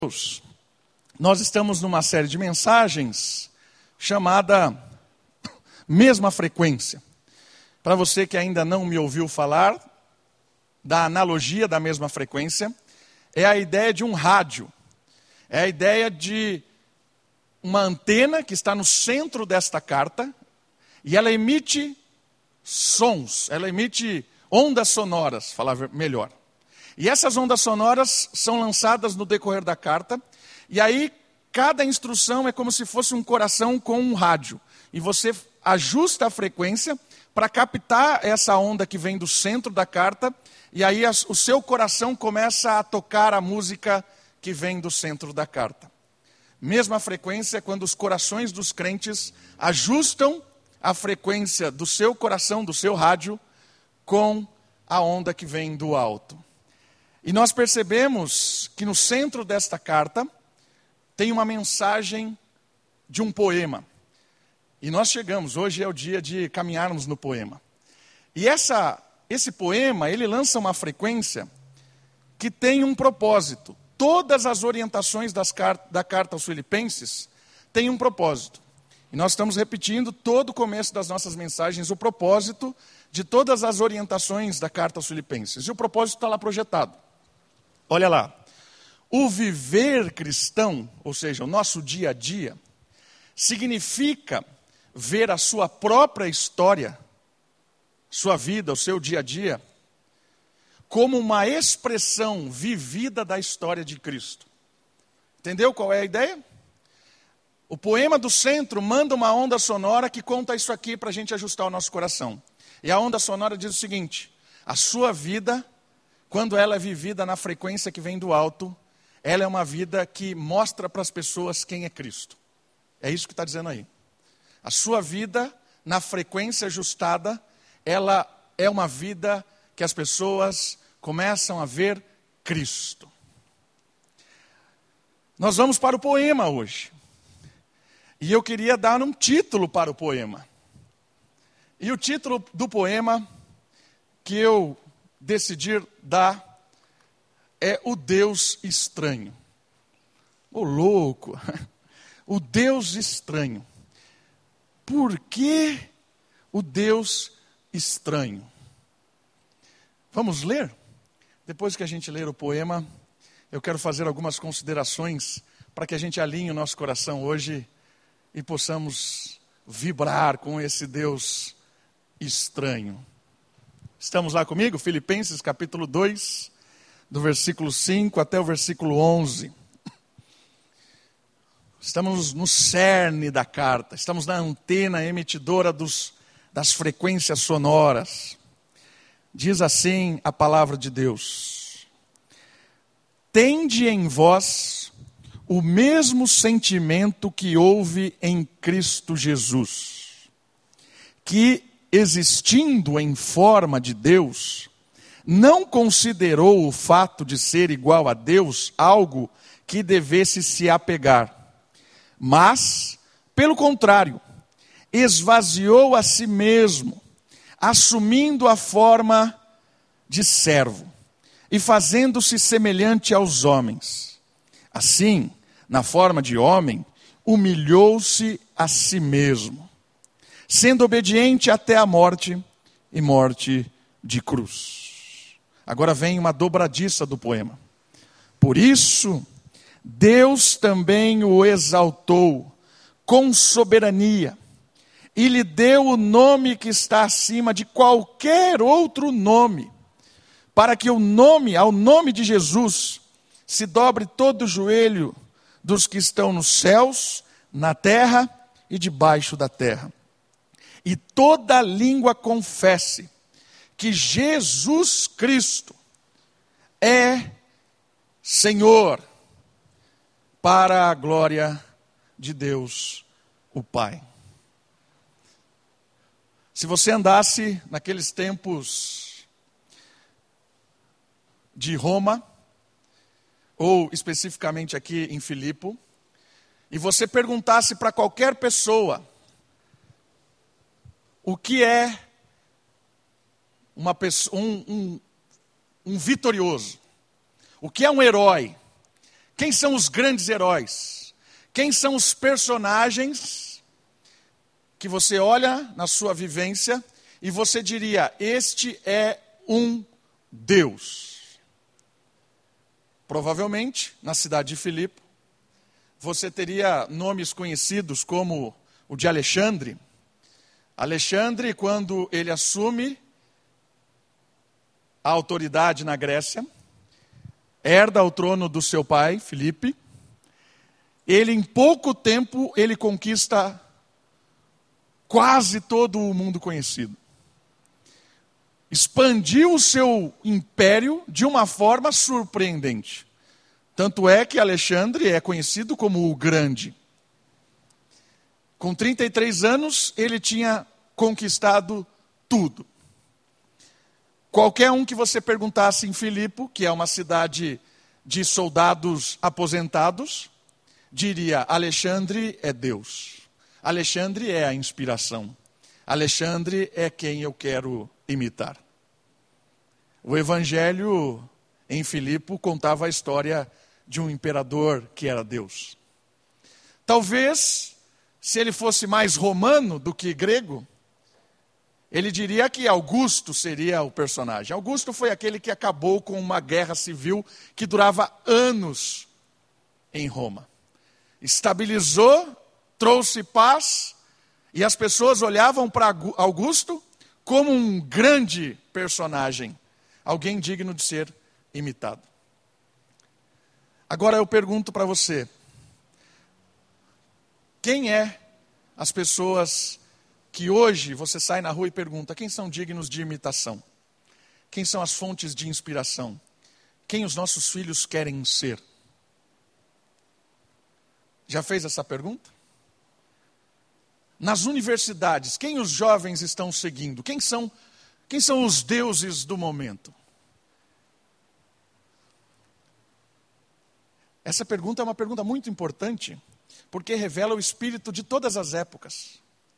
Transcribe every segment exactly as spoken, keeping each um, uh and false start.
Deus, nós estamos numa série de mensagens chamada Mesma Frequência. Para você que ainda não me ouviu falar da analogia da mesma frequência, é a ideia de um rádio. É a ideia de uma antena que está no centro desta carta e ela emite sons, ela emite ondas sonoras, falar melhor. E essas ondas sonoras são lançadas no decorrer da carta, e aí cada instrução é como se fosse um coração com um rádio. E você ajusta a frequência para captar essa onda que vem do centro da carta, e aí o seu coração começa a tocar a música que vem do centro da carta. Mesma frequência é quando os corações dos crentes ajustam a frequência do seu coração, do seu rádio, com a onda que vem do alto. E nós percebemos que no centro desta carta tem uma mensagem de um poema. E nós chegamos, hoje é o dia de caminharmos no poema. E essa, esse poema, ele lança uma frequência que tem um propósito. Todas as orientações das, da carta aos Filipenses têm um propósito. E nós estamos repetindo todo o começo das nossas mensagens, o propósito de todas as orientações da carta aos Filipenses. E o propósito está lá projetado. Olha lá, o viver cristão, ou seja, o nosso dia a dia, significa ver a sua própria história, sua vida, o seu dia a dia, como uma expressão vivida da história de Cristo. Entendeu qual é a ideia? O poema do centro manda uma onda sonora que conta isso aqui para a gente ajustar o nosso coração. E a onda sonora diz o seguinte: a sua vida, quando ela é vivida na frequência que vem do alto, ela é uma vida que mostra para as pessoas quem é Cristo. É isso que está dizendo aí. A sua vida, na frequência ajustada, ela é uma vida que as pessoas começam a ver Cristo. Nós vamos para o poema hoje. E eu queria dar um título para o poema. E o título do poema que eu decidir dar é o Deus estranho. Ô louco, o Deus estranho. Por que o Deus estranho? Vamos ler? Depois que a gente ler o poema, eu quero fazer algumas considerações para que a gente alinhe o nosso coração hoje e possamos vibrar com esse Deus estranho. Estamos lá comigo? Filipenses capítulo dois, do versículo cinco até o versículo onze. Estamos no cerne da carta, estamos na antena emitidora dos, das frequências sonoras. Diz assim a palavra de Deus: tende em vós o mesmo sentimento que houve em Cristo Jesus, que, existindo em forma de Deus, não considerou o fato de ser igual a Deus algo que devesse se apegar, mas, pelo contrário, esvaziou a si mesmo, assumindo a forma de servo e fazendo-se semelhante aos homens. Assim, na forma de homem, humilhou-se a si mesmo, sendo obediente até a morte e morte de cruz. Agora vem uma dobradiça do poema. Por isso, Deus também o exaltou com soberania e lhe deu o nome que está acima de qualquer outro nome, para que o nome, ao nome de Jesus, se dobre todo o joelho dos que estão nos céus, na terra e debaixo da terra. E toda língua confesse que Jesus Cristo é Senhor, para a glória de Deus, o Pai. Se você andasse naqueles tempos de Roma, ou especificamente aqui em Filipo, e você perguntasse para qualquer pessoa o que é uma pessoa, um, um, um vitorioso, o que é um herói, Quem são os grandes heróis? Quem são os personagens que você olha na sua vivência e você diria, este é um Deus? Provavelmente, na cidade de Filipe, você teria nomes conhecidos como o de Alexandre. Alexandre, quando ele assume a autoridade na Grécia, herda o trono do seu pai, Filipe, ele em pouco tempo, ele conquista quase todo o mundo conhecido. Expandiu o seu império de uma forma surpreendente. Tanto é que Alexandre é conhecido como o Grande. Com trinta e três anos, ele tinha conquistado tudo. Qualquer um que você perguntasse em Filipe, que é uma cidade de soldados aposentados, diria, Alexandre é Deus. Alexandre é a inspiração. Alexandre é quem eu quero imitar. O evangelho em Filipe contava a história de um imperador que era Deus. Talvez, se ele fosse mais romano do que grego, ele diria que Augusto seria o personagem. Augusto foi aquele que acabou com uma guerra civil que durava anos em Roma. Estabilizou, trouxe paz, e as pessoas olhavam para Augusto como um grande personagem, alguém digno de ser imitado. Agora eu pergunto para você, quem é as pessoas que hoje você sai na rua e pergunta, quem são dignos de imitação? Quem são as fontes de inspiração? Quem os nossos filhos querem ser? Já fez essa pergunta? Nas universidades, quem os jovens estão seguindo? Quem são, quem são os deuses do momento? Essa pergunta é uma pergunta muito importante, porque revela o espírito de todas as épocas.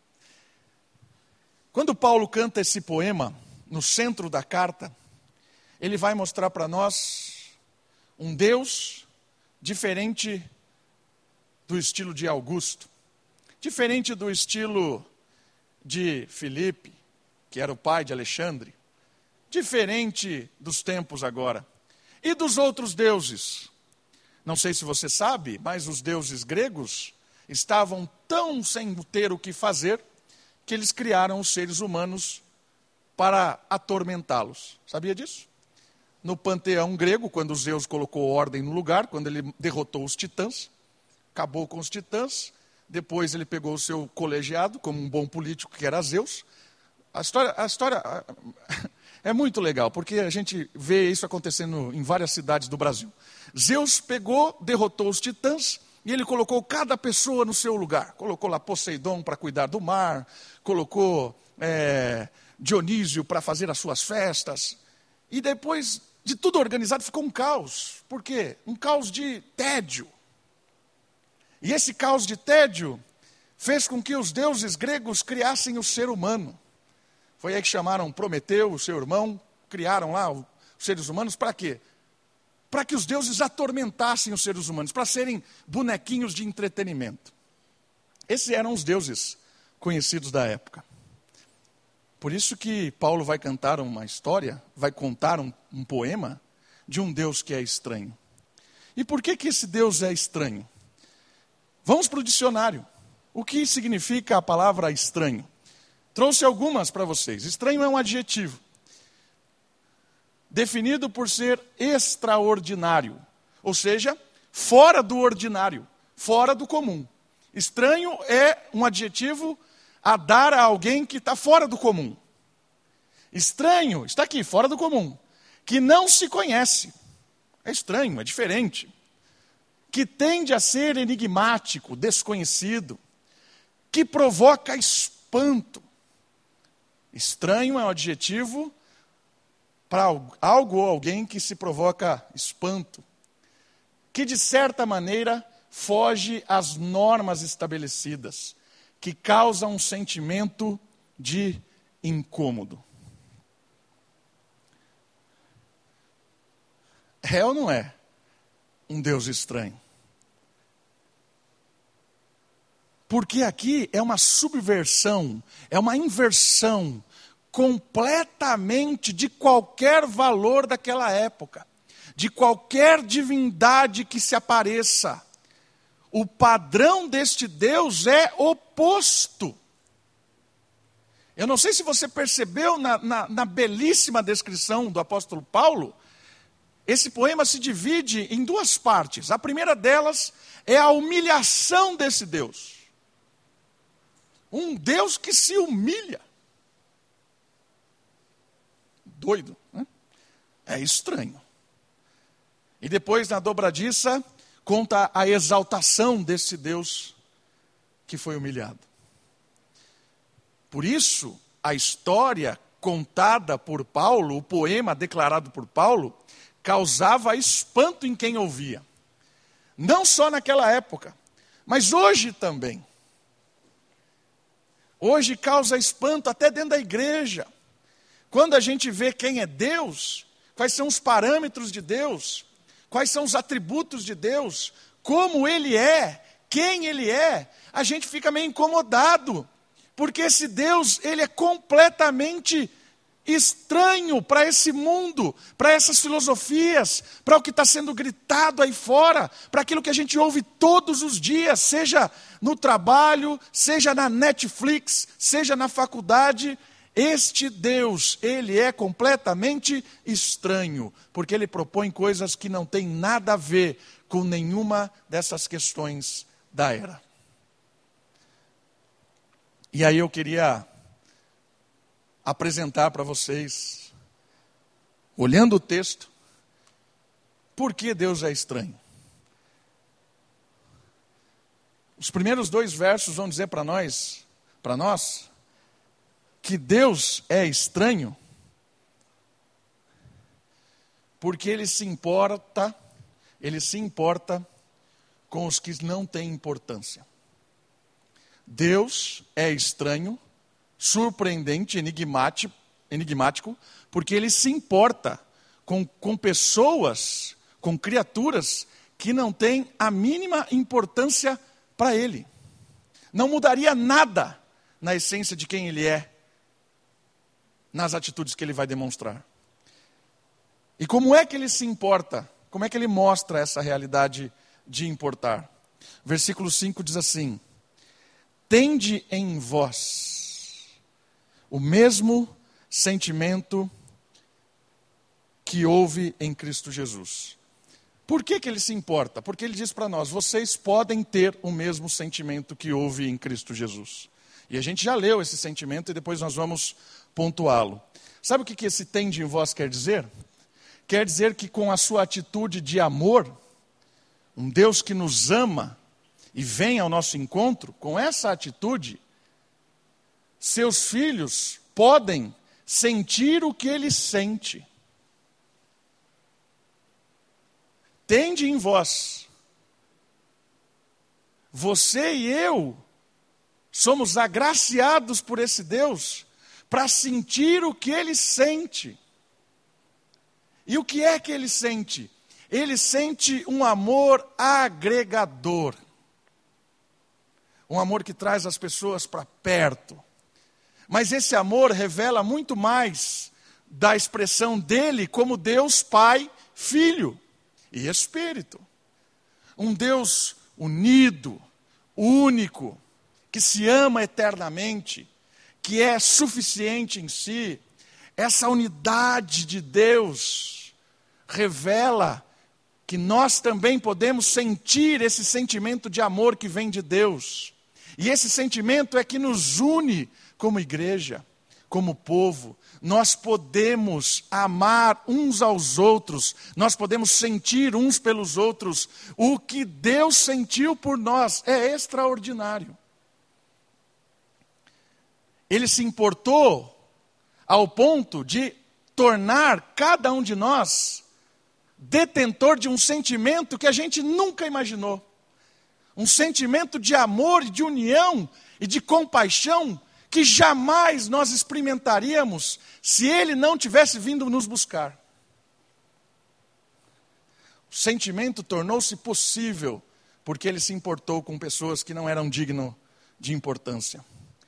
Quando Paulo canta esse poema, no centro da carta, ele vai mostrar para nós um Deus diferente do estilo de Augusto, diferente do estilo de Filipe, que era o pai de Alexandre, diferente dos tempos agora, e dos outros deuses. Não sei se você sabe, mas os deuses gregos estavam tão sem ter o que fazer, que eles criaram os seres humanos para atormentá-los. Sabia disso? No panteão grego, quando Zeus colocou ordem no lugar, quando ele derrotou os titãs, acabou com os titãs, depois ele pegou o seu colegiado, como um bom político que era Zeus. A história, a história é muito legal, porque a gente vê isso acontecendo em várias cidades do Brasil. Zeus pegou, derrotou os titãs, e ele colocou cada pessoa no seu lugar. Colocou lá Poseidon para cuidar do mar, colocou é, Dionísio para fazer as suas festas. E depois de tudo organizado, ficou um caos. Por quê? Um caos de tédio. E esse caos de tédio fez com que os deuses gregos criassem o ser humano. Foi aí que chamaram Prometeu, o seu irmão, criaram lá os seres humanos, para quê? Para que os deuses atormentassem os seres humanos, para serem bonequinhos de entretenimento. Esses eram os deuses conhecidos da época. Por isso que Paulo vai cantar uma história, vai contar um, um poema de um Deus que é estranho. E por que que esse Deus é estranho? Vamos para o dicionário. O que significa a palavra estranho? Trouxe algumas para vocês. Estranho é um adjetivo definido por ser extraordinário, ou seja, fora do ordinário, fora do comum. Estranho é um adjetivo a dar a alguém que está fora do comum. Estranho, está aqui, fora do comum, que não se conhece. É estranho, é diferente. Que tende a ser enigmático, desconhecido, que provoca espanto. Estranho é um adjetivo para algo ou alguém que se provoca espanto, que de certa maneira foge às normas estabelecidas, que causa um sentimento de incômodo. É ou não é um Deus estranho. Porque aqui é uma subversão, é uma inversão completamente de qualquer valor daquela época, de qualquer divindade que se apareça. O padrão deste Deus é oposto. Eu não sei se você percebeu na, na, na belíssima descrição do apóstolo Paulo, esse poema se divide em duas partes. A primeira delas é a humilhação desse Deus. Um Deus que se humilha. Doido, né? É estranho. E depois, na dobradiça, conta a exaltação desse Deus que foi humilhado. Por isso, a história contada por Paulo, o poema declarado por Paulo, causava espanto em quem ouvia. Não só naquela época, mas hoje também. Hoje causa espanto até dentro da igreja. Quando a gente vê quem é Deus, quais são os parâmetros de Deus, quais são os atributos de Deus, como Ele é, quem Ele é, a gente fica meio incomodado. Porque esse Deus, Ele é completamente estranho para esse mundo, para essas filosofias, para o que está sendo gritado aí fora, para aquilo que a gente ouve todos os dias, seja no trabalho, seja na Netflix, seja na faculdade. Este Deus, Ele é completamente estranho, porque Ele propõe coisas que não têm nada a ver com nenhuma dessas questões da era. E aí eu queria apresentar para vocês, olhando o texto, por que Deus é estranho. Os primeiros dois versos vão dizer para nós, para nós, que Deus é estranho, porque Ele se importa, Ele se importa com os que não têm importância. Deus é estranho, surpreendente, enigmático, enigmático, porque Ele se importa com, com pessoas, com criaturas que não têm a mínima importância para Ele. Não mudaria nada na essência de quem Ele é, nas atitudes que Ele vai demonstrar. E como é que Ele se importa? Como é que Ele mostra essa realidade de importar? Versículo cinco diz assim: tende em vós o mesmo sentimento que houve em Cristo Jesus. Por que que Ele se importa? Porque Ele diz para nós, vocês podem ter o mesmo sentimento que houve em Cristo Jesus. E a gente já leu esse sentimento e depois nós vamos pontuá-lo. Sabe o que que esse tende em vós quer dizer? Quer dizer que com a sua atitude de amor, um Deus que nos ama e vem ao nosso encontro, com essa atitude, seus filhos podem sentir o que Ele sente. Tende em vós. Você e eu somos agraciados por esse Deus para sentir o que Ele sente. E o que é que Ele sente? Ele sente um amor agregador. Um amor que traz as pessoas para perto. Mas esse amor revela muito mais da expressão dele como Deus Pai, Filho e Espírito. Um Deus unido, único, que se ama eternamente, que é suficiente em si. Essa unidade de Deus revela que nós também podemos sentir esse sentimento de amor que vem de Deus. E esse sentimento é que nos une como igreja, como povo. Nós podemos amar uns aos outros, nós podemos sentir uns pelos outros. O que Deus sentiu por nós é extraordinário. Ele se importou ao ponto de tornar cada um de nós detentor de um sentimento que a gente nunca imaginou. Um sentimento de amor, de união e de compaixão que jamais nós experimentaríamos se Ele não tivesse vindo nos buscar. O sentimento tornou-se possível porque ele se importou com pessoas que não eram dignas de importância.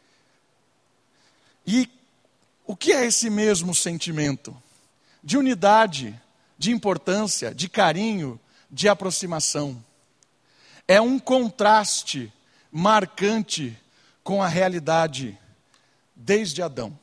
E o que é esse mesmo sentimento? De unidade, de importância, de carinho, de aproximação. É um contraste marcante com a realidade desde Adão.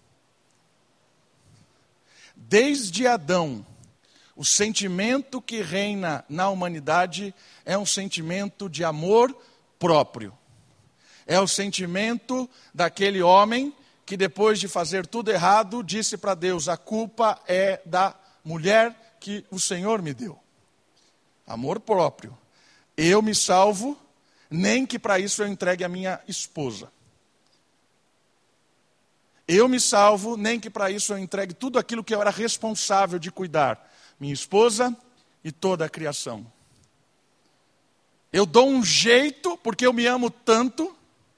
Desde Adão, o sentimento que reina na humanidade é um sentimento de amor próprio. É o sentimento daquele homem que depois de fazer tudo errado, disse para Deus, a culpa é da mulher que o Senhor me deu. Amor próprio. Eu me salvo, nem que para isso eu entregue a minha esposa. Eu me salvo, nem que para isso eu entregue tudo aquilo que eu era responsável de cuidar. Minha esposa e toda a criação. Eu dou um jeito, porque eu me amo tanto,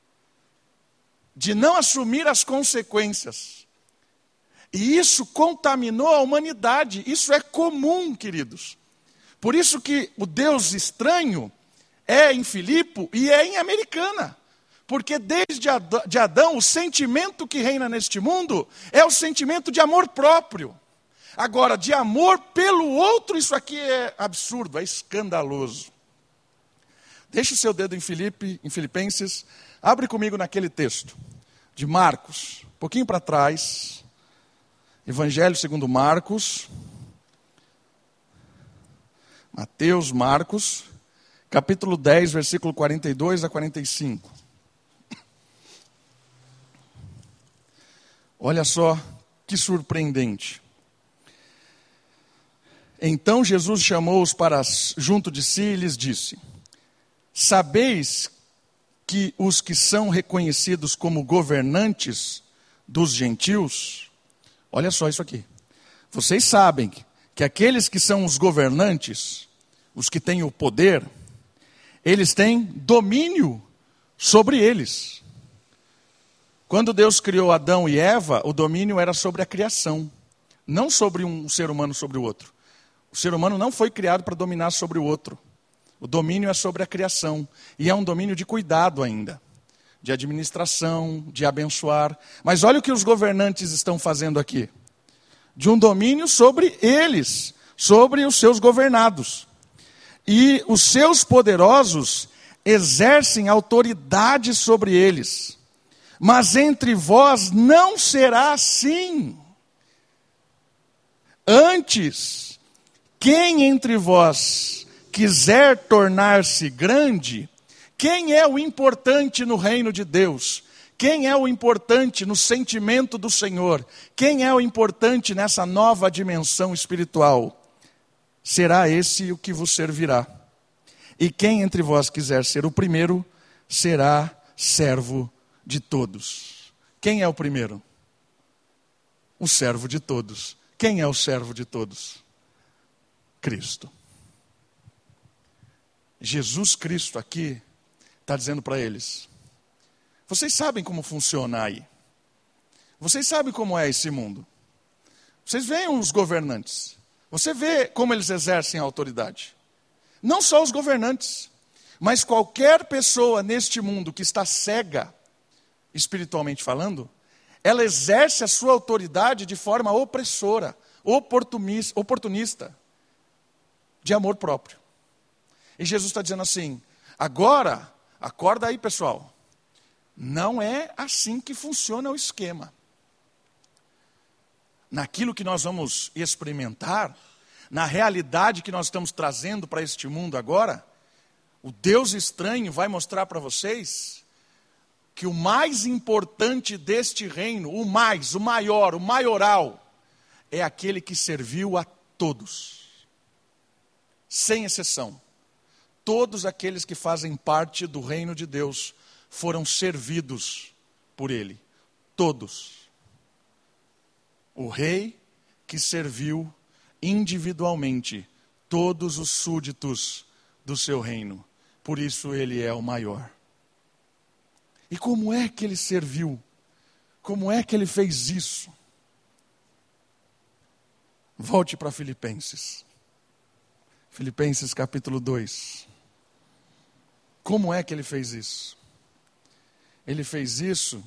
de não assumir as consequências. E isso contaminou a humanidade. Isso é comum, queridos. Por isso que o Deus estranho é em Filipe e é em Americana. Porque desde Adão, o sentimento que reina neste mundo é o sentimento de amor próprio. Agora, de amor pelo outro, isso aqui é absurdo, é escandaloso. Deixa o seu dedo em Filipe, em Filipenses, abre comigo naquele texto de Marcos, um pouquinho para trás, Evangelho segundo Marcos, Mateus, Marcos, capítulo dez, versículo quarenta e dois a quarenta e cinco. Olha só que surpreendente. Então Jesus chamou-os para junto de si e lhes disse: sabeis que os que são reconhecidos como governantes dos gentios, olha só isso aqui, vocês sabem que aqueles que são os governantes, os que têm o poder, eles têm domínio sobre eles. Quando Deus criou Adão e Eva, o domínio era sobre a criação, não sobre um ser humano sobre o outro. O ser humano não foi criado para dominar sobre o outro. O domínio é sobre a criação. E é um domínio de cuidado ainda. De administração, de abençoar. Mas olha o que os governantes estão fazendo aqui. De um domínio sobre eles. Sobre os seus governados. E os seus poderosos exercem autoridade sobre eles. Mas entre vós não será assim. Antes, quem entre vós quiser tornar-se grande, quem é o importante no reino de Deus? Quem é o importante no sentimento do Senhor? Quem é o importante nessa nova dimensão espiritual? Será esse o que vos servirá. E quem entre vós quiser ser o primeiro, será servo de todos. Quem é o primeiro? O servo de todos. Quem é o servo de todos? Cristo. Jesus Cristo aqui está dizendo para eles: vocês sabem como funciona aí. Vocês sabem como é esse mundo. Vocês veem os governantes. Você vê como eles exercem a autoridade. Não só os governantes, mas qualquer pessoa neste mundo que está cega, espiritualmente falando, ela exerce a sua autoridade de forma opressora, oportunista, de amor próprio. E Jesus está dizendo assim: agora, acorda aí, pessoal. Não é assim que funciona o esquema. Naquilo que nós vamos experimentar, na realidade que nós estamos trazendo para este mundo agora, o Deus estranho vai mostrar para vocês que o mais importante deste reino, o mais, o maior, o maioral, é aquele que serviu a todos, sem exceção. Todos aqueles que fazem parte do reino de Deus foram servidos por Ele. Todos. O rei que serviu individualmente todos os súditos do seu reino. Por isso ele é o maior. E como é que ele serviu? Como é que ele fez isso? Volte para Filipenses. Filipenses capítulo dois. Como é que ele fez isso? Ele fez isso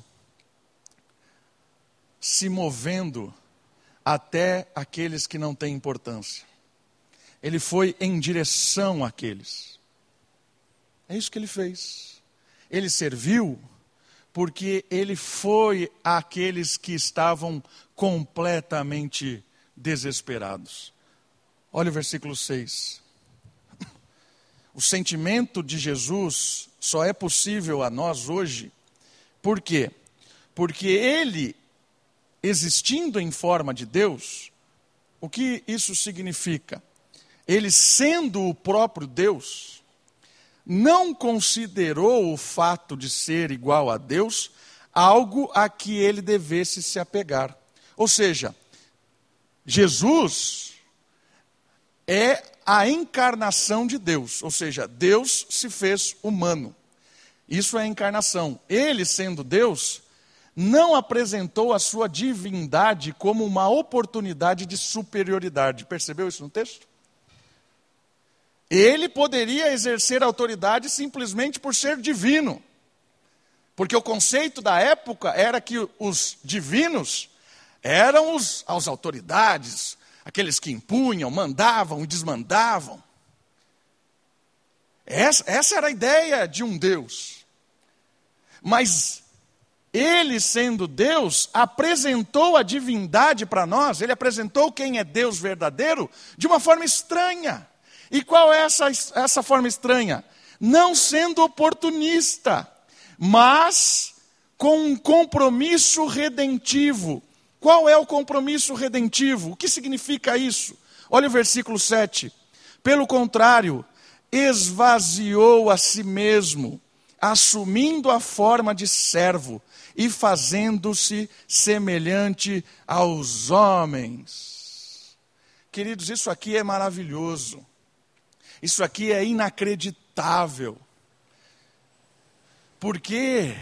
se movendo até aqueles que não têm importância. Ele foi em direção àqueles. É isso que ele fez. Ele serviu porque ele foi àqueles que estavam completamente desesperados. Olha o versículo seis. O sentimento de Jesus só é possível a nós hoje. Por quê? Porque ele, existindo em forma de Deus, o que isso significa? Ele, sendo o próprio Deus, não considerou o fato de ser igual a Deus algo a que ele devesse se apegar. Ou seja, Jesus é a encarnação de Deus, ou seja, Deus se fez humano. Isso é a encarnação. Ele, sendo Deus, não apresentou a sua divindade como uma oportunidade de superioridade. Percebeu isso no texto? Ele poderia exercer autoridade simplesmente por ser divino. Porque o conceito da época era que os divinos eram os, as autoridades, aqueles que impunham, mandavam e desmandavam. Essa, essa era a ideia de um Deus. Mas ele, sendo Deus, apresentou a divindade para nós, ele apresentou quem é Deus verdadeiro de uma forma estranha. E qual é essa, essa forma estranha? Não sendo oportunista, mas com um compromisso redentivo. Qual é o compromisso redentivo? O que significa isso? Olha o versículo sete. Pelo contrário, esvaziou a si mesmo, assumindo a forma de servo e fazendo-se semelhante aos homens. Queridos, isso aqui é maravilhoso. Isso aqui é inacreditável. Porque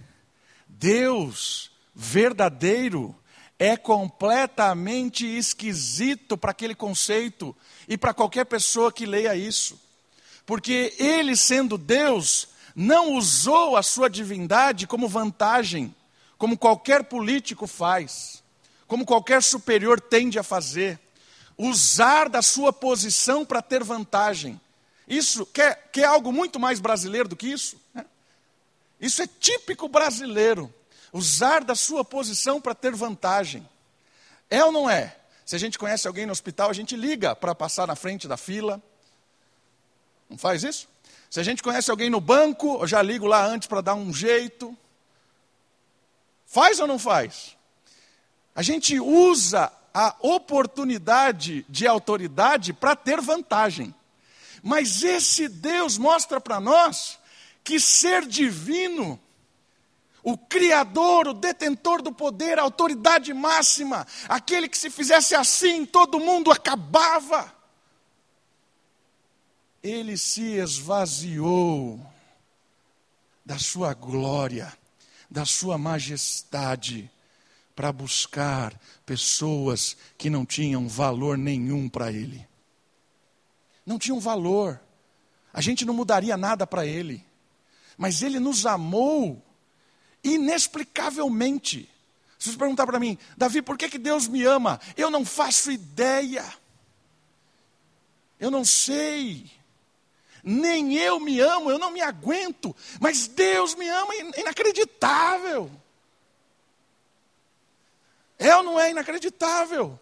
Deus verdadeiro é completamente esquisito para aquele conceito e para qualquer pessoa que leia isso. Porque ele, sendo Deus, não usou a sua divindade como vantagem, como qualquer político faz, como qualquer superior tende a fazer. Usar da sua posição para ter vantagem. Isso quer, quer algo muito mais brasileiro do que isso? Né? Isso é típico brasileiro. Usar da sua posição para ter vantagem. É ou não é? Se a gente conhece alguém no hospital, a gente liga para passar na frente da fila. Não faz isso? Se a gente conhece alguém no banco, eu já ligo lá antes para dar um jeito. Faz ou não faz? A gente usa a oportunidade de autoridade para ter vantagem. Mas esse Deus mostra para nós que ser divino, o Criador, o detentor do poder, a autoridade máxima, aquele que se fizesse assim, todo mundo acabava. Ele se esvaziou da sua glória, da sua majestade, para buscar pessoas que não tinham valor nenhum para ele. Não tinham valor. A gente não mudaria nada para ele. Mas ele nos amou inexplicavelmente. Se você perguntar para mim, Davi, por que, que Deus me ama? Eu não faço ideia. Eu não sei. Nem eu me amo, eu não me aguento. Mas Deus me ama, é inacreditável. É ou não é inacreditável?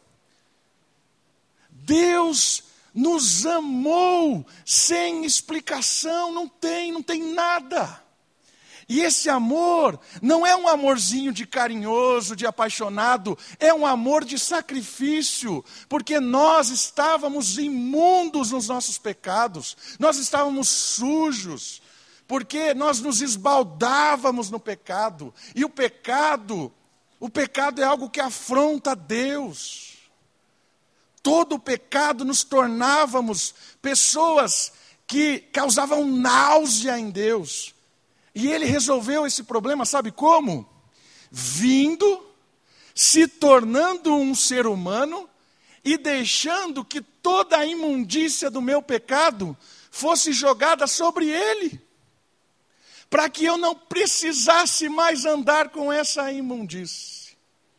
Deus nos amou sem explicação, não tem, não tem nada. E esse amor não é um amorzinho de carinhoso, de apaixonado, é um amor de sacrifício, porque nós estávamos imundos nos nossos pecados, nós estávamos sujos, porque nós nos esbaldávamos no pecado, e o pecado, o pecado é algo que afronta a Deus. Todo o pecado nos tornávamos pessoas que causavam náusea em Deus. E ele resolveu esse problema, sabe como? Vindo, se tornando um ser humano e deixando que toda a imundícia do meu pecado fosse jogada sobre ele, para que eu não precisasse mais andar com essa imundície.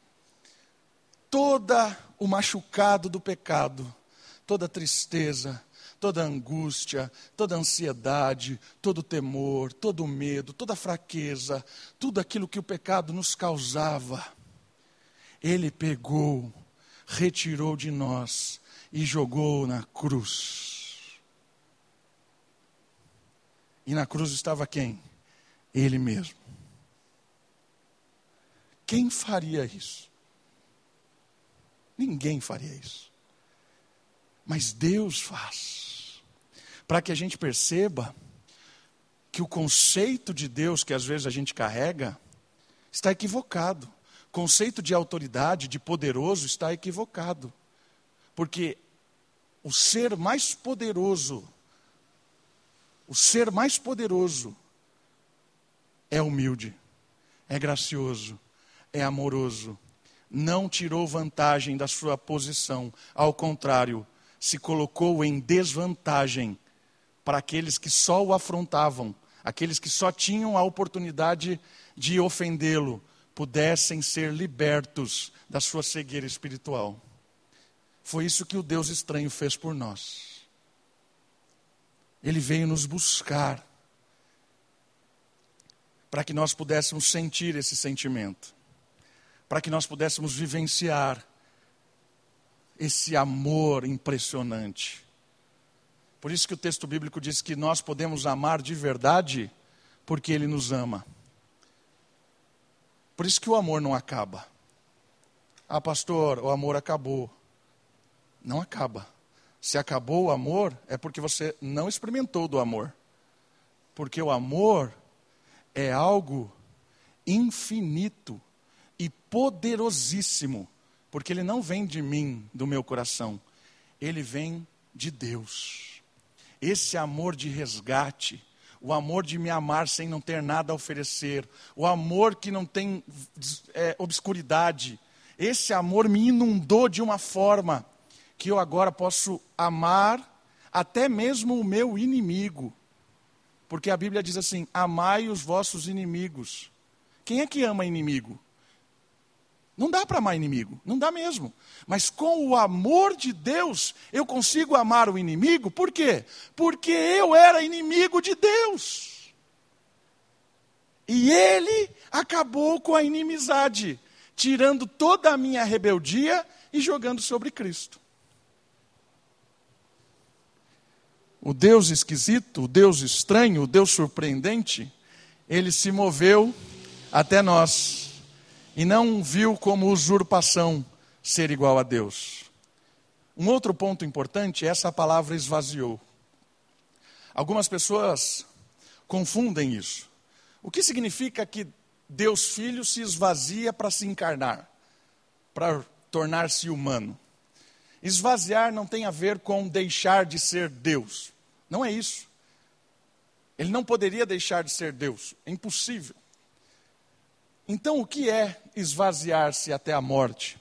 Todo o machucado do pecado, toda tristeza, toda angústia, toda ansiedade, todo temor, todo medo, toda fraqueza, tudo aquilo que o pecado nos causava, ele pegou, retirou de nós e jogou na cruz. E na cruz estava quem? Ele mesmo. Quem faria isso? Ninguém faria isso. Mas Deus faz. Para que a gente perceba que o conceito de Deus que às vezes a gente carrega está equivocado. O conceito de autoridade, de poderoso, está equivocado. Porque o ser mais poderoso, o ser mais poderoso é humilde, é gracioso, é amoroso. Não tirou vantagem da sua posição. Ao contrário, se colocou em desvantagem para aqueles que só o afrontavam, aqueles que só tinham a oportunidade de ofendê-lo, pudessem ser libertos da sua cegueira espiritual. Foi isso que o Deus estranho fez por nós. Ele veio nos buscar para que nós pudéssemos sentir esse sentimento, para que nós pudéssemos vivenciar esse amor impressionante. Por isso que o texto bíblico diz que nós podemos amar de verdade, porque Ele nos ama. Por isso que o amor não acaba. Ah, pastor, o amor acabou. Não acaba. Se acabou o amor, é porque você não experimentou do amor. Porque o amor é algo infinito e poderosíssimo. Porque ele não vem de mim, do meu coração. Ele vem de Deus. Esse amor de resgate, o amor de me amar sem não ter nada a oferecer, o amor que não tem é, obscuridade, esse amor me inundou de uma forma que eu agora posso amar até mesmo o meu inimigo. Porque a Bíblia diz assim, amai os vossos inimigos. Quem é que ama inimigo? Não dá para amar inimigo, não dá mesmo. Mas com o amor de Deus, eu consigo amar o inimigo. Por quê? Porque eu era inimigo de Deus. E Ele acabou com a inimizade, tirando toda a minha rebeldia e jogando sobre Cristo. O Deus esquisito, o Deus estranho, o Deus surpreendente, Ele se moveu até nós. E não viu como usurpação ser igual a Deus. Um outro ponto importante é essa palavra esvaziou. Algumas pessoas confundem isso. O que significa que Deus Filho se esvazia para se encarnar, para tornar-se humano? Esvaziar não tem a ver com deixar de ser Deus. Não é isso. Ele não poderia deixar de ser Deus. É impossível. Então, o que é esvaziar-se até a morte?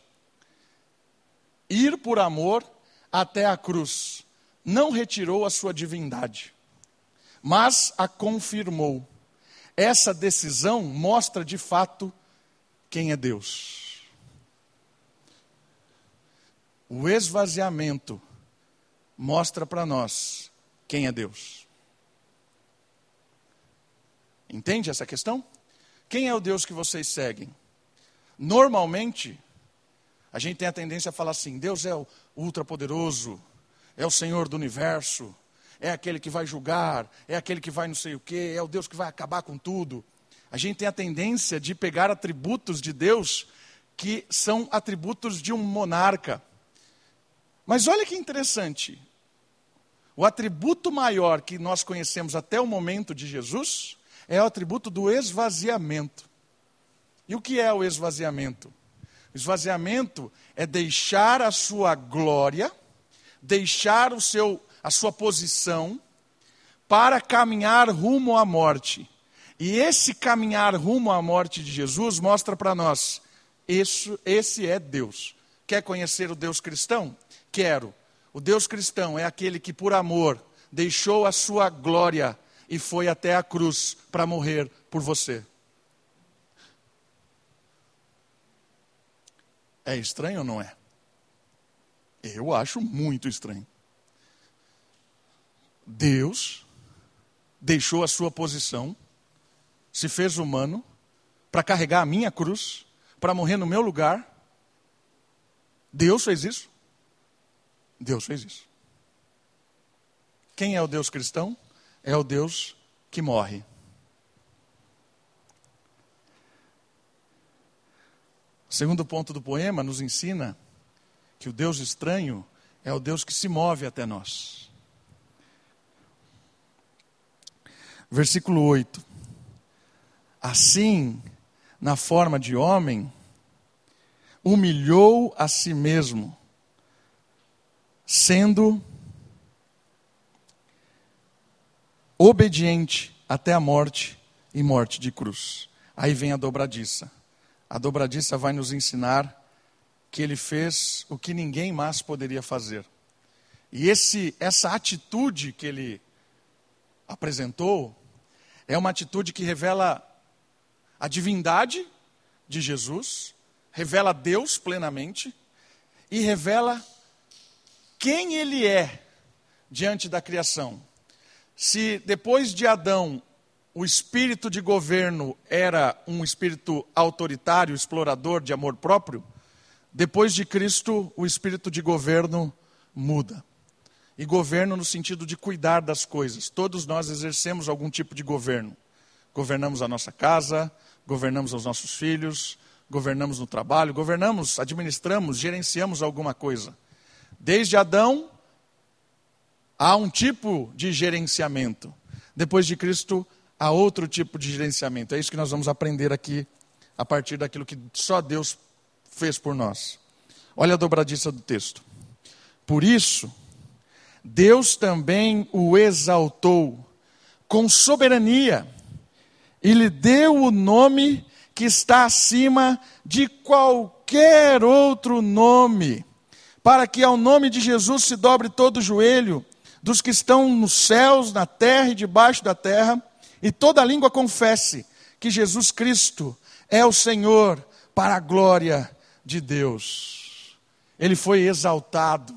Ir por amor até a cruz. Não retirou a sua divindade, mas a confirmou. Essa decisão mostra de fato quem é Deus. O esvaziamento mostra para nós quem é Deus. Entende essa questão? Quem é o Deus que vocês seguem? Normalmente, a gente tem a tendência a falar assim, Deus é o ultrapoderoso, é o Senhor do universo, é aquele que vai julgar, é aquele que vai não sei o quê, é o Deus que vai acabar com tudo. A gente tem a tendência de pegar atributos de Deus que são atributos de um monarca. Mas olha que interessante, o atributo maior que nós conhecemos até o momento de Jesus é o atributo do esvaziamento. E o que é o esvaziamento? O esvaziamento é deixar a sua glória, deixar o seu, a sua posição, para caminhar rumo à morte. E esse caminhar rumo à morte de Jesus mostra para nós, isso, esse é Deus. Quer conhecer o Deus cristão? quero. O Deus cristão é aquele que, por amor, deixou a sua glória e foi até a cruz para morrer por você. É estranho ou não é? Eu acho muito estranho. Deus deixou a sua posição, se fez humano, para carregar a minha cruz, para morrer no meu lugar. Deus fez isso? Deus fez isso. Quem é o Deus cristão? É o Deus que morre. O segundo ponto do poema nos ensina que o Deus estranho é o Deus que se move até nós. Versículo oito. Assim, na forma de homem, humilhou a si mesmo, sendo obediente até a morte e morte de cruz. Aí vem a dobradiça. A dobradiça vai nos ensinar que ele fez o que ninguém mais poderia fazer. E esse, essa atitude que ele apresentou é uma atitude que revela a divindade de Jesus, revela Deus plenamente e revela quem ele é diante da criação. Se depois de Adão o espírito de governo era um espírito autoritário, explorador, de amor próprio, depois de Cristo o espírito de governo muda. E governo no sentido de cuidar das coisas. Todos nós exercemos algum tipo de governo. Governamos a nossa casa, governamos os nossos filhos, governamos no trabalho, governamos, administramos, gerenciamos alguma coisa. Desde Adão, há um tipo de gerenciamento. Depois de Cristo, há outro tipo de gerenciamento. É isso que nós vamos aprender aqui, a partir daquilo que só Deus fez por nós. Olha a dobradiça do texto. Por isso, Deus também o exaltou com soberania e lhe deu o nome que está acima de qualquer outro nome, para que ao nome de Jesus se dobre todo o joelho dos que estão nos céus, na terra e debaixo da terra, e toda língua confesse que Jesus Cristo é o Senhor, para a glória de Deus. Ele foi exaltado.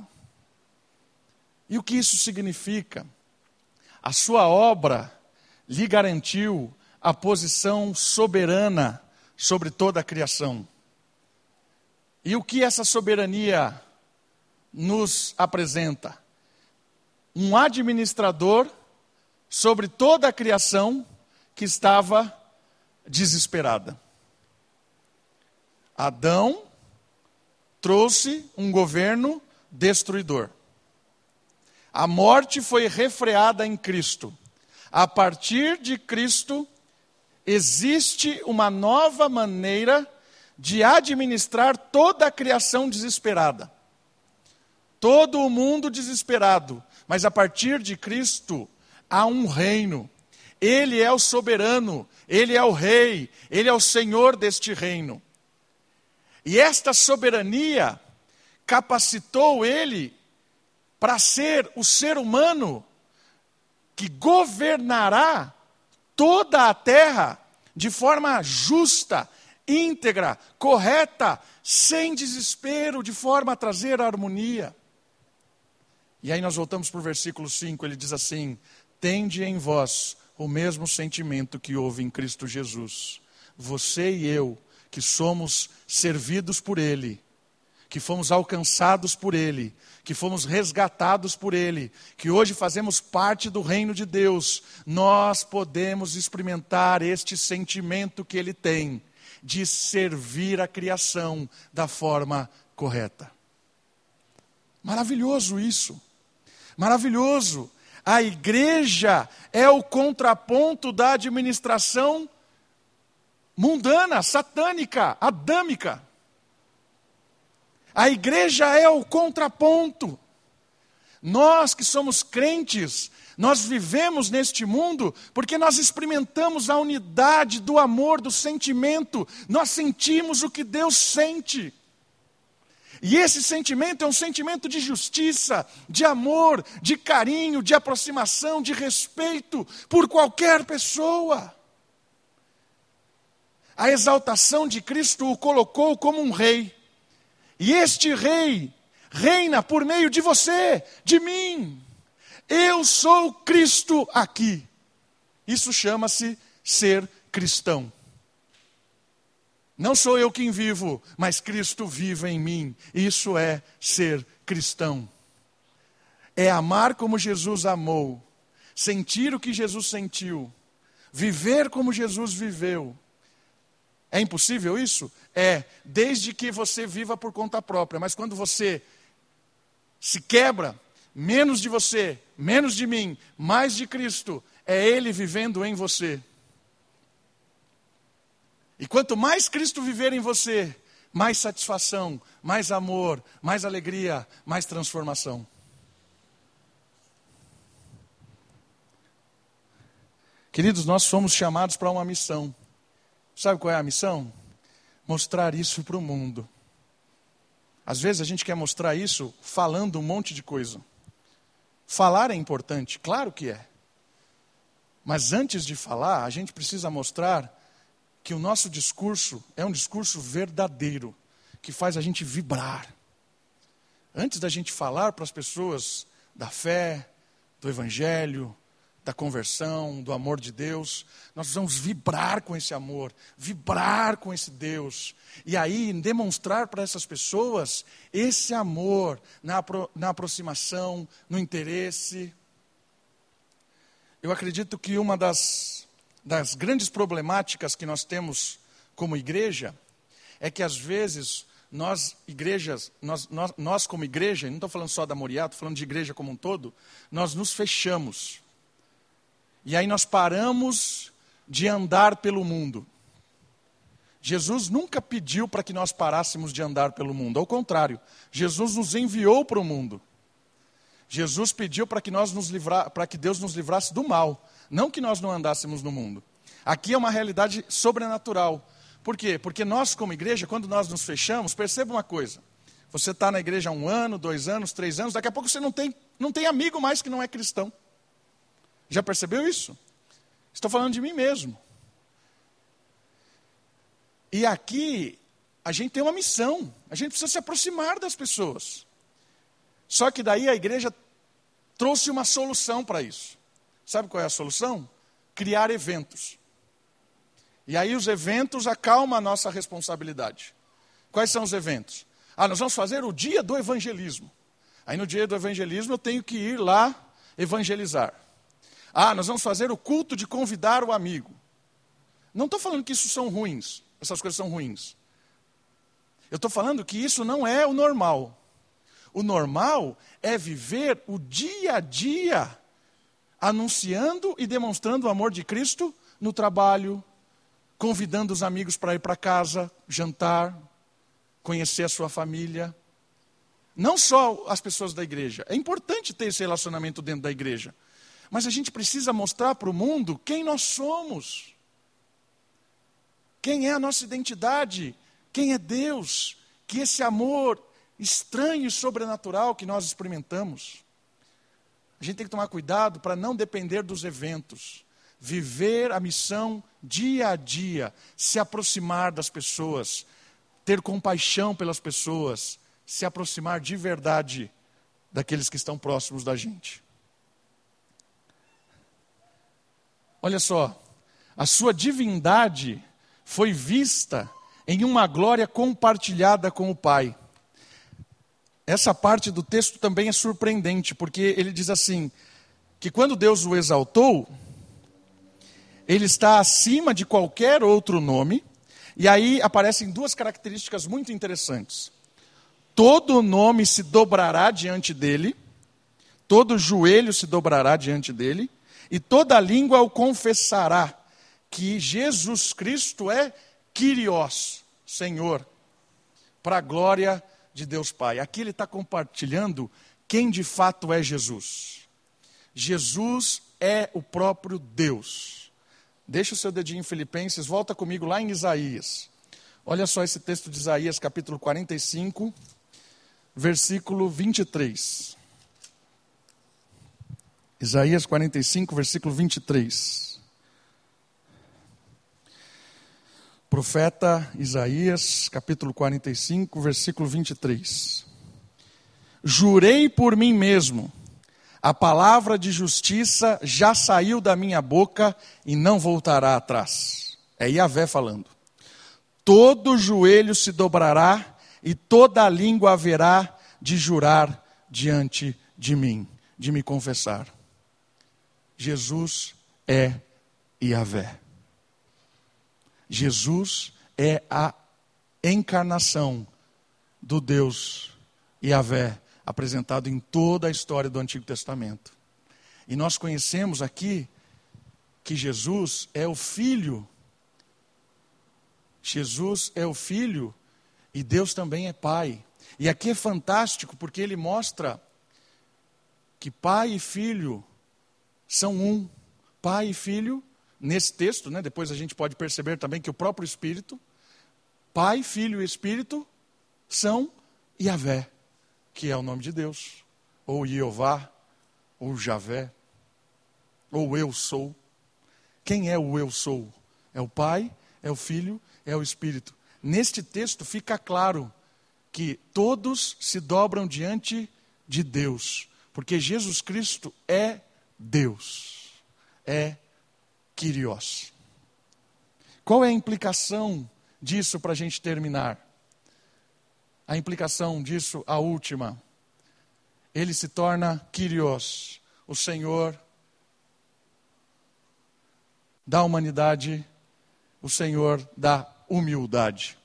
E o que isso significa? A sua obra lhe garantiu a posição soberana sobre toda a criação. E o que essa soberania nos apresenta? Um administrador sobre toda a criação que estava desesperada. Adão trouxe um governo destruidor. A morte foi refreada em Cristo. A partir de Cristo, existe uma nova maneira de administrar toda a criação desesperada. Todo o mundo desesperado. Mas a partir de Cristo, há um reino. Ele é o soberano, Ele é o rei, Ele é o Senhor deste reino. E esta soberania capacitou Ele para ser o ser humano que governará toda a terra de forma justa, íntegra, correta, sem desespero, de forma a trazer a harmonia. E aí nós voltamos para o versículo cinco, ele diz assim: tende em vós o mesmo sentimento que houve em Cristo Jesus. Você e eu, que somos servidos por Ele, que fomos alcançados por Ele, que fomos resgatados por Ele, que hoje fazemos parte do reino de Deus, nós podemos experimentar este sentimento que Ele tem, de servir a criação da forma correta. Maravilhoso isso, maravilhoso. A igreja é o contraponto da administração mundana, satânica, adâmica. A igreja é o contraponto. Nós que somos crentes, nós vivemos neste mundo porque nós experimentamos a unidade do amor, do sentimento. Nós sentimos o que Deus sente. E esse sentimento é um sentimento de justiça, de amor, de carinho, de aproximação, de respeito por qualquer pessoa. A exaltação de Cristo o colocou como um rei. E este rei reina por meio de você, de mim. Eu sou Cristo aqui. Isso chama-se ser cristão. Não sou eu quem vivo, mas Cristo vive em mim. Isso é ser cristão. É amar como Jesus amou, sentir o que Jesus sentiu, viver como Jesus viveu. É impossível isso? É, desde que você viva por conta própria. Mas quando você se quebra, menos de você, menos de mim, mais de Cristo, é Ele vivendo em você. E quanto mais Cristo viver em você, mais satisfação, mais amor, mais alegria, mais transformação. Queridos, nós somos chamados para uma missão. Sabe qual é a missão? Mostrar isso para o mundo. Às vezes a gente quer mostrar isso falando um monte de coisa. Falar é importante, claro que é. Mas antes de falar, a gente precisa mostrar que o nosso discurso é um discurso verdadeiro, que faz a gente vibrar. Antes da gente falar para as pessoas da fé, do evangelho, da conversão, do amor de Deus, nós precisamos vibrar com esse amor, vibrar com esse Deus. E aí demonstrar para essas pessoas esse amor na, apro- na aproximação, no interesse. Eu acredito que uma das, das grandes problemáticas que nós temos como igreja é que às vezes nós, igrejas, nós, nós, nós como igreja, não estou falando só da Moriá, estou falando de igreja como um todo, nós nos fechamos. E aí nós paramos de andar pelo mundo. Jesus nunca pediu para que nós parássemos de andar pelo mundo. Ao contrário, Jesus nos enviou para o mundo. Jesus pediu para que, nós nos livra... para que Deus nos livrasse do mal. Não que nós não andássemos no mundo. Aqui é uma realidade sobrenatural. Por quê? Porque nós como igreja, quando nós nos fechamos, perceba uma coisa. Você está na igreja há um ano, dois anos, três anos, daqui a pouco você não tem, não tem amigo mais que não é cristão. Já percebeu isso? Estou falando de mim mesmo. E aqui, a gente tem uma missão. A gente precisa se aproximar das pessoas. Só que daí a igreja trouxe uma solução para isso. Sabe qual é a solução? Criar eventos. E aí os eventos acalmam a nossa responsabilidade. Quais são os eventos? Ah, nós vamos fazer o dia do evangelismo. Aí no dia do evangelismo eu tenho que ir lá evangelizar. Ah, nós vamos fazer o culto de convidar o amigo. Não estou falando que isso são ruins, essas coisas são ruins. Eu estou falando que isso não é o normal. O normal é viver o dia a dia, anunciando e demonstrando o amor de Cristo no trabalho, convidando os amigos para ir para casa, jantar, conhecer a sua família. Não só as pessoas da igreja. É importante ter esse relacionamento dentro da igreja. Mas a gente precisa mostrar para o mundo quem nós somos. Quem é a nossa identidade. Quem é Deus. Que esse amor estranho e sobrenatural que nós experimentamos. A gente tem que tomar cuidado para não depender dos eventos. Viver a missão dia a dia. Se aproximar das pessoas. Ter compaixão pelas pessoas. Se aproximar de verdade daqueles que estão próximos da gente. Olha só, a sua divindade foi vista em uma glória compartilhada com o Pai. Essa parte do texto também é surpreendente, porque ele diz assim, que quando Deus o exaltou, ele está acima de qualquer outro nome, e aí aparecem duas características muito interessantes. Todo nome se dobrará diante dele, todo joelho se dobrará diante dele, e toda língua o confessará, que Jesus Cristo é Kyrios, Senhor, para a glória de Deus Pai. Aqui ele está compartilhando quem de fato é Jesus. Jesus é o próprio Deus. Deixa o seu dedinho em Filipenses, volta comigo lá em Isaías. Olha só esse texto de Isaías, capítulo quarenta e cinco, versículo vinte e três. Isaías quarenta e cinco, versículo vinte e três. Profeta Isaías, capítulo quarenta e cinco, versículo vinte e três. Jurei por mim mesmo, a palavra de justiça já saiu da minha boca e não voltará atrás. É Yahvé falando. Todo joelho se dobrará e toda língua haverá de jurar diante de mim, de me confessar. Jesus é Yahvé. Jesus é a encarnação do Deus Yahvé, apresentado em toda a história do Antigo Testamento. E nós conhecemos aqui que Jesus é o Filho. Jesus é o Filho e Deus também é Pai. E aqui é fantástico porque ele mostra que Pai e Filho são um. Pai e Filho, nesse texto, né, depois a gente pode perceber também que o próprio Espírito, Pai, Filho e Espírito são Yahvé, que é o nome de Deus, ou Jeová, ou Javé, ou Eu Sou. Quem é o Eu Sou? É o Pai, é o Filho, é o Espírito. Neste texto fica claro que todos se dobram diante de Deus, porque Jesus Cristo é Deus, é Kyrios. Qual é a implicação disso para a gente terminar? A implicação disso, a última. Ele se torna Kyrios, o Senhor da humanidade, o Senhor da humildade.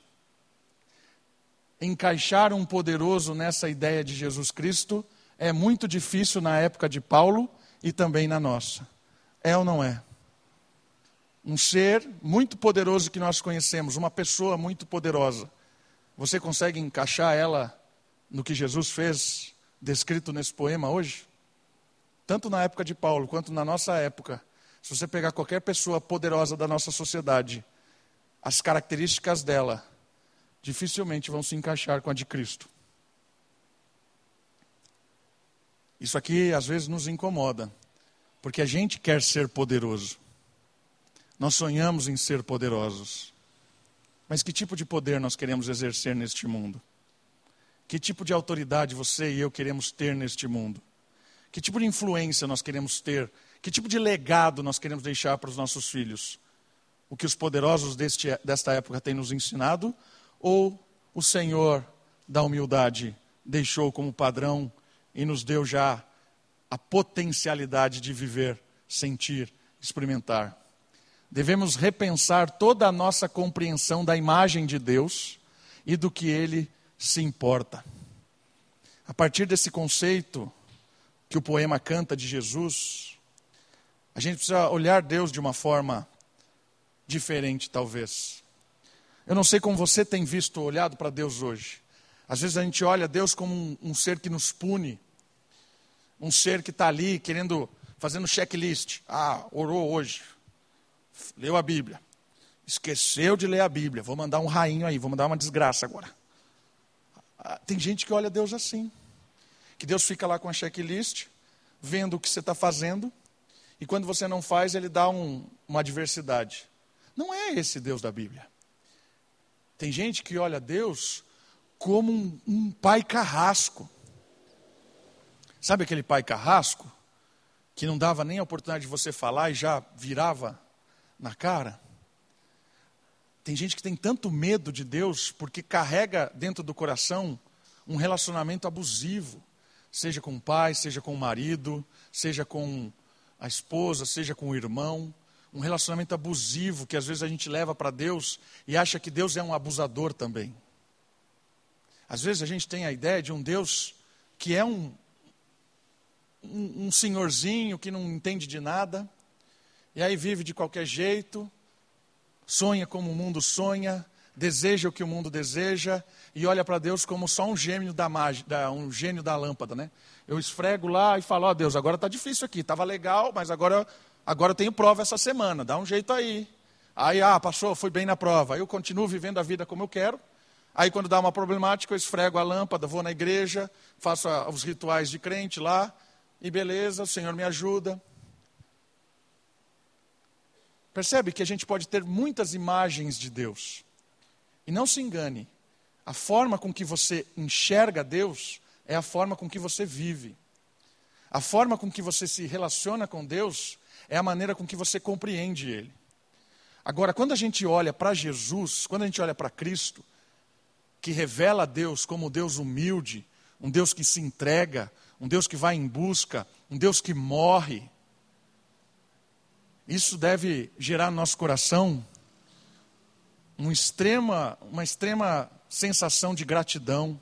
Encaixar um poderoso nessa ideia de Jesus Cristo é muito difícil na época de Paulo e também na nossa. É ou não é? Um ser muito poderoso que nós conhecemos, uma pessoa muito poderosa. Você consegue encaixar ela no que Jesus fez, descrito nesse poema hoje? Tanto na época de Paulo, quanto na nossa época. Se você pegar qualquer pessoa poderosa da nossa sociedade, as características dela dificilmente vão se encaixar com a de Cristo. Isso aqui às vezes nos incomoda, porque a gente quer ser poderoso. Nós sonhamos em ser poderosos. Mas que tipo de poder nós queremos exercer neste mundo? Que tipo de autoridade você e eu queremos ter neste mundo? Que tipo de influência nós queremos ter? Que tipo de legado nós queremos deixar para os nossos filhos? O que os poderosos deste, desta época têm nos ensinado? Ou o Senhor da humildade deixou como padrão e nos deu já a potencialidade de viver, sentir, experimentar? Devemos repensar toda a nossa compreensão da imagem de Deus e do que Ele se importa. A partir desse conceito que o poema canta de Jesus, a gente precisa olhar Deus de uma forma diferente, talvez. Eu não sei como você tem visto, olhado para Deus hoje. Às vezes a gente olha Deus como um, um ser que nos pune, um ser que está ali querendo, fazendo checklist. Ah, orou hoje, leu a Bíblia, esqueceu de ler a Bíblia, vou mandar um rainho aí, vou mandar uma desgraça agora. Tem gente que olha Deus assim, que Deus fica lá com a checklist, vendo o que você está fazendo, e quando você não faz, Ele dá um, uma adversidade. Não é esse Deus da Bíblia. Tem gente que olha Deus como um, um pai carrasco. Sabe aquele pai carrasco? Que não dava nem a oportunidade de você falar e já virava na cara? Tem gente que tem tanto medo de Deus porque carrega dentro do coração um relacionamento abusivo. Seja com o pai, seja com o marido, seja com a esposa, seja com o irmão. Um relacionamento abusivo que às vezes a gente leva para Deus e acha que Deus é um abusador também. Às vezes a gente tem a ideia de um Deus que é um, um, um senhorzinho que não entende de nada, e aí vive de qualquer jeito, sonha como o mundo sonha, deseja o que o mundo deseja, e olha para Deus como só um gênio da mágica, um gênio da lâmpada, né? Eu esfrego lá e falo, ó, oh, Deus, agora está difícil aqui, estava legal, mas agora... Agora eu tenho prova essa semana, dá um jeito aí. Aí, ah, passou, fui bem na prova. Aí eu continuo vivendo a vida como eu quero. Aí quando dá uma problemática, eu esfrego a lâmpada, vou na igreja, faço os rituais de crente lá, e beleza, o Senhor me ajuda. Percebe que a gente pode ter muitas imagens de Deus. E não se engane, a forma com que você enxerga Deus é a forma com que você vive. A forma com que você se relaciona com Deus é a maneira com que você compreende Ele. Agora, quando a gente olha para Jesus, quando a gente olha para Cristo, que revela a Deus como Deus humilde, um Deus que se entrega, um Deus que vai em busca, um Deus que morre, isso deve gerar no nosso coração uma extrema, uma extrema sensação de gratidão,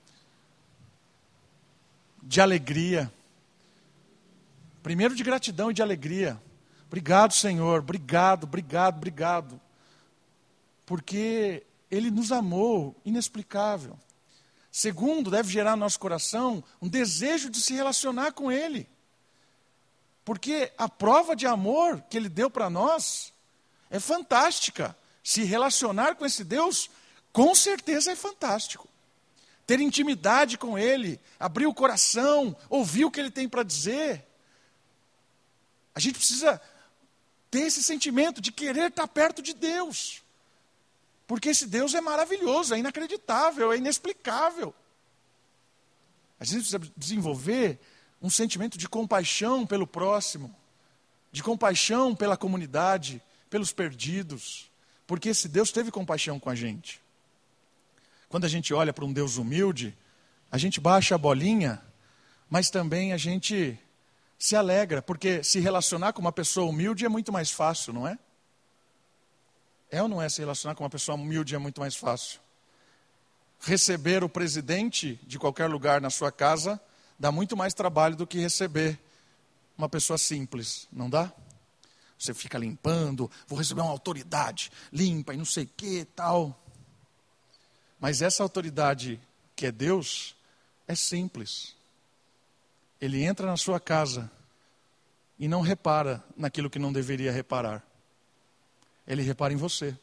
de alegria. Primeiro de gratidão e de alegria. Obrigado, Senhor, obrigado, obrigado, obrigado. Porque Ele nos amou, inexplicável. Segundo, deve gerar no nosso coração um desejo de se relacionar com Ele. Porque a prova de amor que Ele deu para nós é fantástica. Se relacionar com esse Deus, com certeza é fantástico. Ter intimidade com Ele, abrir o coração, ouvir o que Ele tem para dizer. A gente precisa ter esse sentimento de querer estar perto de Deus. Porque esse Deus é maravilhoso, é inacreditável, é inexplicável. A gente precisa desenvolver um sentimento de compaixão pelo próximo, de compaixão pela comunidade, pelos perdidos, porque esse Deus teve compaixão com a gente. Quando a gente olha para um Deus humilde, a gente baixa a bolinha, mas também a gente se alegra, porque se relacionar com uma pessoa humilde é muito mais fácil, não é? É ou não é se relacionar com uma pessoa humilde é muito mais fácil? Receber o presidente de qualquer lugar na sua casa dá muito mais trabalho do que receber uma pessoa simples, não dá? Você fica limpando, vou receber uma autoridade, limpa e não sei o que e tal. Mas essa autoridade que é Deus, é simples. Ele entra na sua casa e não repara naquilo que não deveria reparar. Ele repara em você.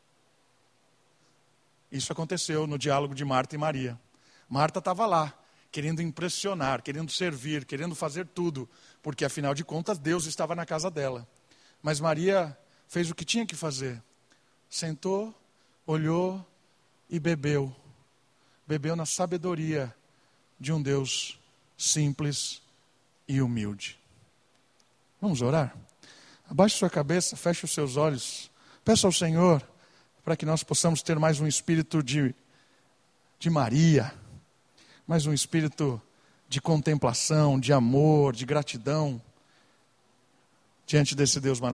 Isso aconteceu no diálogo de Marta e Maria. Marta estava lá, querendo impressionar, querendo servir, querendo fazer tudo, porque afinal de contas Deus estava na casa dela. Mas Maria fez o que tinha que fazer. Sentou, olhou e bebeu. Bebeu na sabedoria de um Deus simples e humilde. Vamos orar? Abaixe sua cabeça, feche os seus olhos. Peça ao Senhor para que nós possamos ter mais um espírito de, de Maria, mais um espírito de contemplação, de amor, de gratidão diante desse Deus maravilhoso.